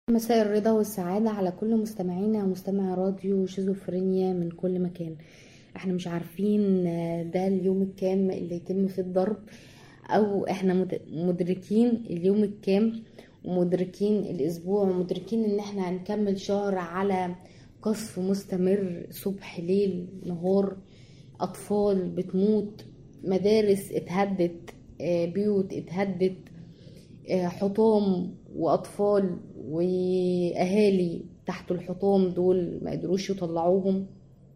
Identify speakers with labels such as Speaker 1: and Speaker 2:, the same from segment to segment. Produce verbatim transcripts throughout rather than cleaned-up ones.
Speaker 1: مساء الرضا والسعادة على كل مستمعينا ومستمع راديو شيزوفرينيا من كل مكان. احنا مش عارفين آه، ده اليوم الكام اللي يتم فيه الضرب، او احنا مد- مدركين اليوم الكام، ومدركين الاسبوع، ومدركين ان احنا هنكمل شهر على قصف مستمر، صبح ليل نهار. اطفال بتموت، مدارس اتهدت، آه، بيوت اتهدت، آه، حطام واطفال واهالي تحت الحطام دول ما قدروش يطلعوهم.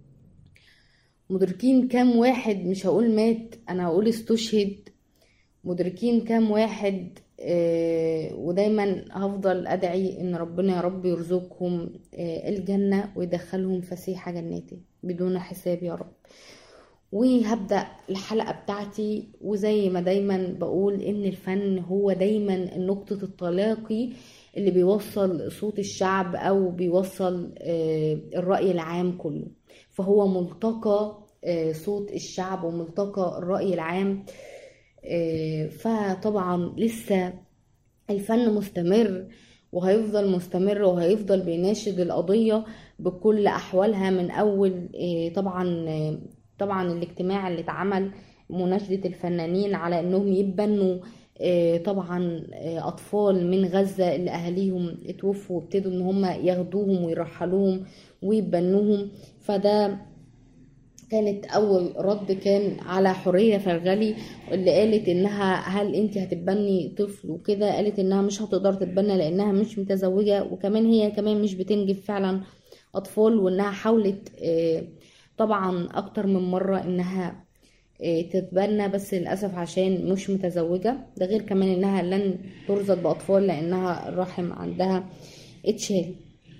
Speaker 1: مدركين كام واحد، مش هقول مات، انا هقول استشهد. مدركين كام واحد. آه، ودايما هفضل ادعي ان ربنا يا رب يرزقهم آه، الجنة ويدخلهم فسيح جناته بدون حساب يا رب. وهبدأ الحلقة بتاعتي، وزي ما دايما بقول ان الفن هو دايما نقطة التلاقي اللي بيوصل صوت الشعب او بيوصل آه، الرأي العام كله. فهو ملتقى آه، صوت الشعب وملتقى الرأي العام. آه، فطبعا لسه الفن مستمر، وهيفضل مستمر، وهيفضل بيناشد القضية بكل أحوالها. من أول آه، طبعا آه، طبعا الاجتماع اللي اتعمل، مناشدة الفنانين على أنهم يتبنوا آه، طبعا آه، أطفال من غزة اللي أهاليهم اتوفوا، وابتدوا أن هم ياخدوهم ويرحلوهم ويتبنوهم. فده كانت اول رد كان على حورية فرغلي، اللي قالت انها هل انت هتتبني طفل وكده. قالت انها مش هتقدر تتبنى لانها مش متزوجة، وكمان هي كمان مش بتنجب فعلا اطفال، وانها حاولت آه، طبعا اكتر من مرة انها آه، تتبنى، بس للاسف عشان مش متزوجة. ده غير كمان انها لن ترزق باطفال لانها الرحم عندها اتشال.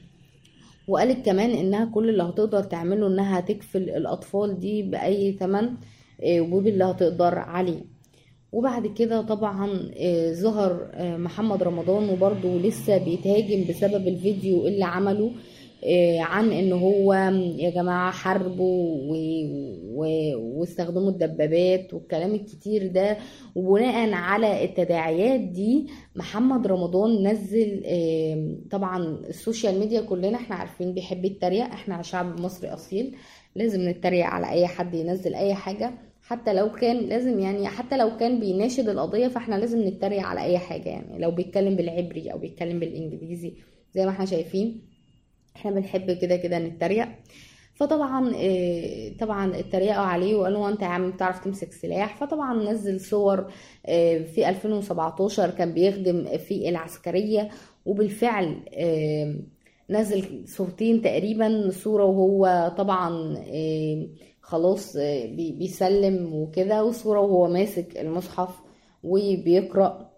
Speaker 1: وقالت كمان انها كل اللي هتقدر تعمله انها تكفل الاطفال دي باي ثمن، آه، وباللي هتقدر عليه. وبعد كده طبعا آه، ظهر آه، محمد رمضان، وبرضه لسه بيتهاجم بسبب الفيديو اللي عمله آه، عن ان هو يا جماعة حاربوا و- و- واستخدموا الدبابات والكلام الكتير ده. وبناء على التداعيات دي محمد رمضان نزل آه، طبعا السوشيال ميديا كلنا احنا عارفين بيحب يتريق، احنا شعب مصري اصيل لازم نتريق على اي حد ينزل اي حاجة. حتى لو كان لازم يعني حتى لو كان بيناشد القضية، فاحنا لازم نتريق على اي حاجة. يعني لو بيتكلم بالعبري او بيتكلم بالانجليزي زي ما احنا شايفين، احنا بنحب كده كده نتريق. فطبعا آه، طبعا اتريقوا عليه وقالوا هو انت يا عم بتعرف تمسك سلاح. فطبعا نزل صور آه، في ألفين وسبعتاشر كان بيخدم في العسكرية، وبالفعل آه، نزل صورتين تقريبا، صورة وهو طبعا آه، خلاص آه، بي- بيسلم وكده، وصورة وهو ماسك المصحف وبيقرأ.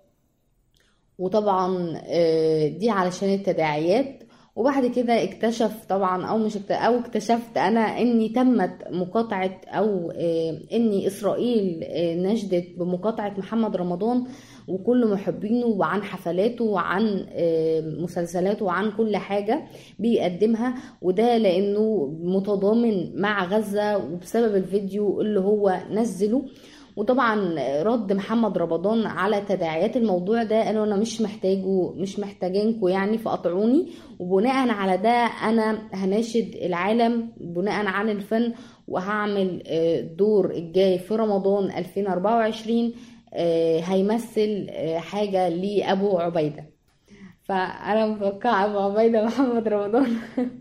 Speaker 1: وطبعا آه، دي علشان التداعيات. وبعد كده اكتشف طبعا او مش اكت- او اكتشفت انا اني تمت مقاطعة، او آه، اني اسرائيل آه، نشدت بمقاطعة محمد رمضان وكل محبينه، وعن حفلاته وعن آه، مسلسلاته وعن كل حاجة بيقدمها. وده لانه متضامن مع غزة وبسبب الفيديو اللي هو نزله. وطبعا رد محمد رمضان على تداعيات الموضوع ده، قالوا انا مش محتاجه مش محتاجينكم يعني فقطعوني، وبناء على ده انا هناشد العالم بناء عن الفن، وهعمل آه، دور الجاي في رمضان ألفين وأربعة وعشرين آه، هيمثل آه، حاجة لأبو عبيدة. فأنا متوقعة أبو عبيدة محمد رمضان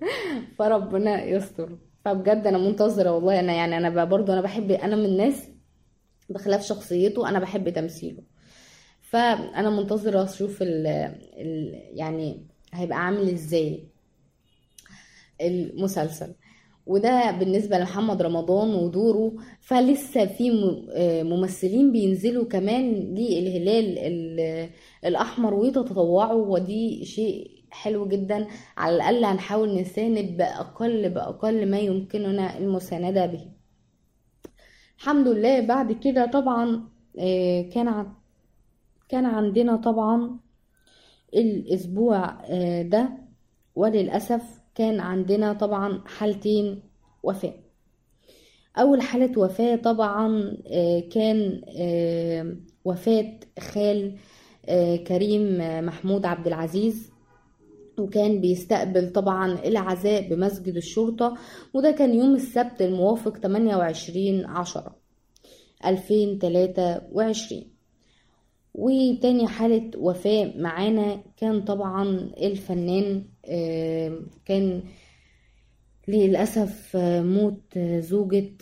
Speaker 1: فربنا يستر. فبجد أنا منتظرة والله. أنا يعني أنا برضو أنا بحب، أنا من الناس بخلاف شخصيته انا بحب تمثيله. فانا منتظره اشوف ال ال يعني هيبقى عامل ازاي المسلسل. وده بالنسبة لمحمد رمضان ودوره. فلسه في م- آه ممثلين بينزلوا كمان للهلال ال- الأحمر ويتطوعوا، ودي شيء حلو جدا. على الأقل هنحاول نساند بأقل بأقل ما يمكننا المساندة به. الحمد لله. بعد كده طبعا آه، كان ع- كان عندنا طبعا الأسبوع آه، ده، وللأسف كان عندنا طبعا حالتين وفاة. أول حالة وفاة طبعا آه، كان آه، وفاة خال آه، كريم آه، محمود عبد العزيز. وكان بيستقبل طبعا العزاء بمسجد الشرطة، وده كان يوم السبت الموافق تمانية وعشرين عشرة ألفين وتلاتة وعشرين. وتاني حالة وفاة معانا كان طبعا الفنان كان للأسف موت زوجة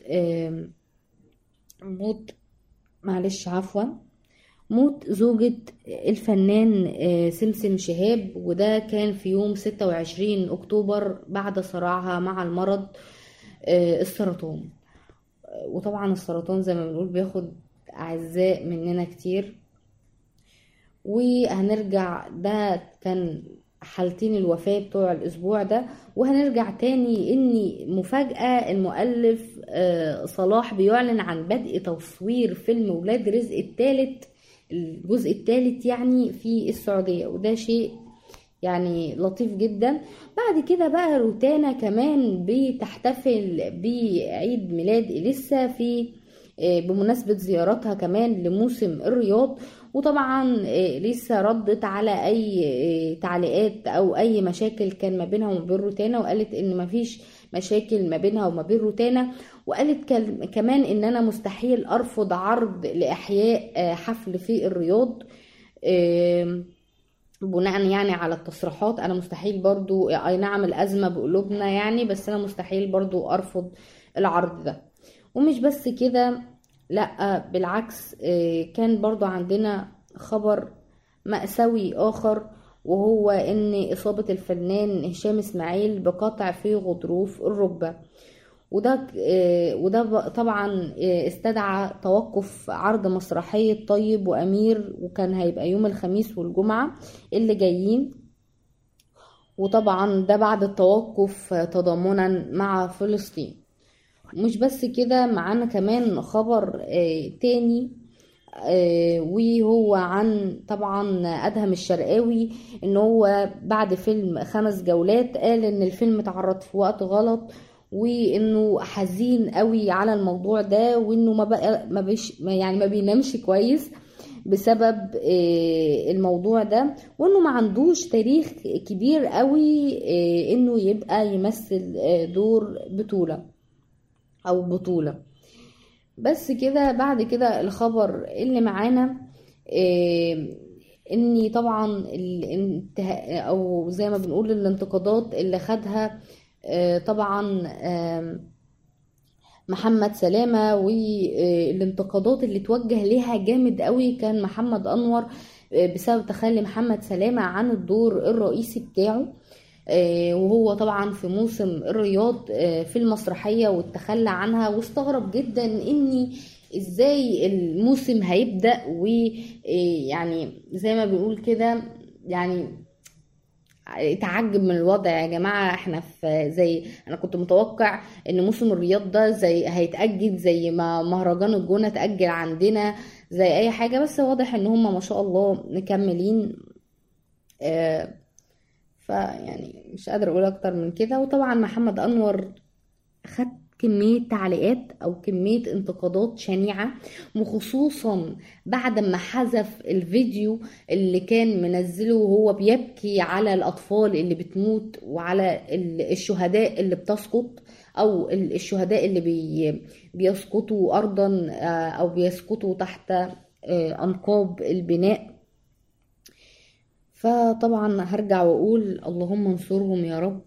Speaker 1: موت معلش عفوا موت زوجة الفنان سمسم شهاب، وده كان في يوم ستة وعشرين أكتوبر بعد صراعها مع المرض السرطان. وطبعا السرطان زي ما بنقول بياخد أعزاء مننا كتير. وهنرجع، ده كان حالتين الوفاة بتوع الأسبوع ده. وهنرجع تاني إن مفاجأة، المؤلف صلاح بيعلن عن بدء تصوير فيلم ولاد رزق الثالث، الجزء الثالث يعني في السعودية، وده شيء يعني لطيف جدا. بعد كده بقى روتانا كمان بتحتفل بعيد ميلاد إليسا في بمناسبة زيارتها كمان لموسم الرياض. وطبعا لسه ردت على اي تعليقات او اي مشاكل كان ما بينها وما بين روتانا، وقالت ان ما فيش مشاكل ما بينها وما بين روتانا. وقالت كمان ان انا مستحيل ارفض عرض لاحياء حفل في الرياض بناء يعني على التصريحات. انا مستحيل برضو، اي نعم الازمة بقلوبنا يعني، بس انا مستحيل برضو ارفض العرض ده. ومش بس كده، لا بالعكس، كان برضو عندنا خبر مأساوي آخر، وهو ان إصابة الفنان هشام اسماعيل بقطع في غضروف الركبة. وده وده طبعا استدعى توقف عرض مسرحية طيب وأمير، وكان هيبقى يوم الخميس والجمعة اللي جايين. وطبعا ده بعد التوقف تضامنا مع فلسطين. مش بس كده، معانا كمان خبر آه تاني آه وهو عن طبعا أدهم الشرقاوي، ان هو بعد فيلم خمس جولات قال ان الفيلم اتعرض في وقت غلط، وانه حزين قوي على الموضوع ده، وانه ما بقى ما بيش يعني ما بينامش كويس بسبب آه الموضوع ده، وانه ما عندوش تاريخ كبير قوي آه انه يبقى يمثل آه دور بطولة او بطولة. بس كده. بعد كده الخبر اللي معانا إيه، اني طبعا الانتهاء او زي ما بنقول الانتقادات اللي خدها إيه طبعا إيه محمد سلامة، والانتقادات اللي توجه لها جامد قوي كان محمد انور بسبب تخلي محمد سلامة عن الدور الرئيسي بتاعه، وهو طبعا في موسم الرياض في المسرحية والتخلى عنها. واستغرب جدا اني ازاي الموسم هيبدأ، ويعني زي ما بنقول كده يعني اتعجب من الوضع. يا جماعة احنا في زي انا كنت متوقع ان موسم الرياض ده زي هيتأجل زي ما مهرجان الجونة اتأجل عندنا زي اي حاجة، بس واضح ان هم ما شاء الله مكملين. آه فيعني مش قادر اقول اكتر من كده. وطبعا محمد انور خد كمية تعليقات او كمية انتقادات شنيعة، وخصوصا بعد ما حذف الفيديو اللي كان منزله وهو بيبكي على الاطفال اللي بتموت وعلى الشهداء اللي بتسقط، او الشهداء اللي بي بيسقطوا ارضا او بيسقطوا تحت انقاض البناء. فطبعا هرجع واقول اللهم انصرهم يا رب،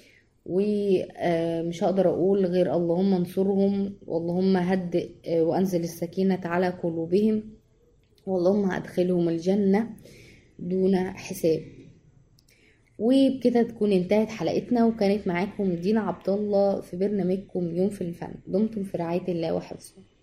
Speaker 1: ومش هقدر اقول غير اللهم انصرهم، واللهم هدئ وانزل السكينة على قلوبهم، واللهم ادخلهم الجنة دون حساب. وبكده تكون انتهت حلقتنا، وكانت معاكم دينا عبد الله في برنامجكم يوم في الفن. دمتم في رعاية الله وحفظه.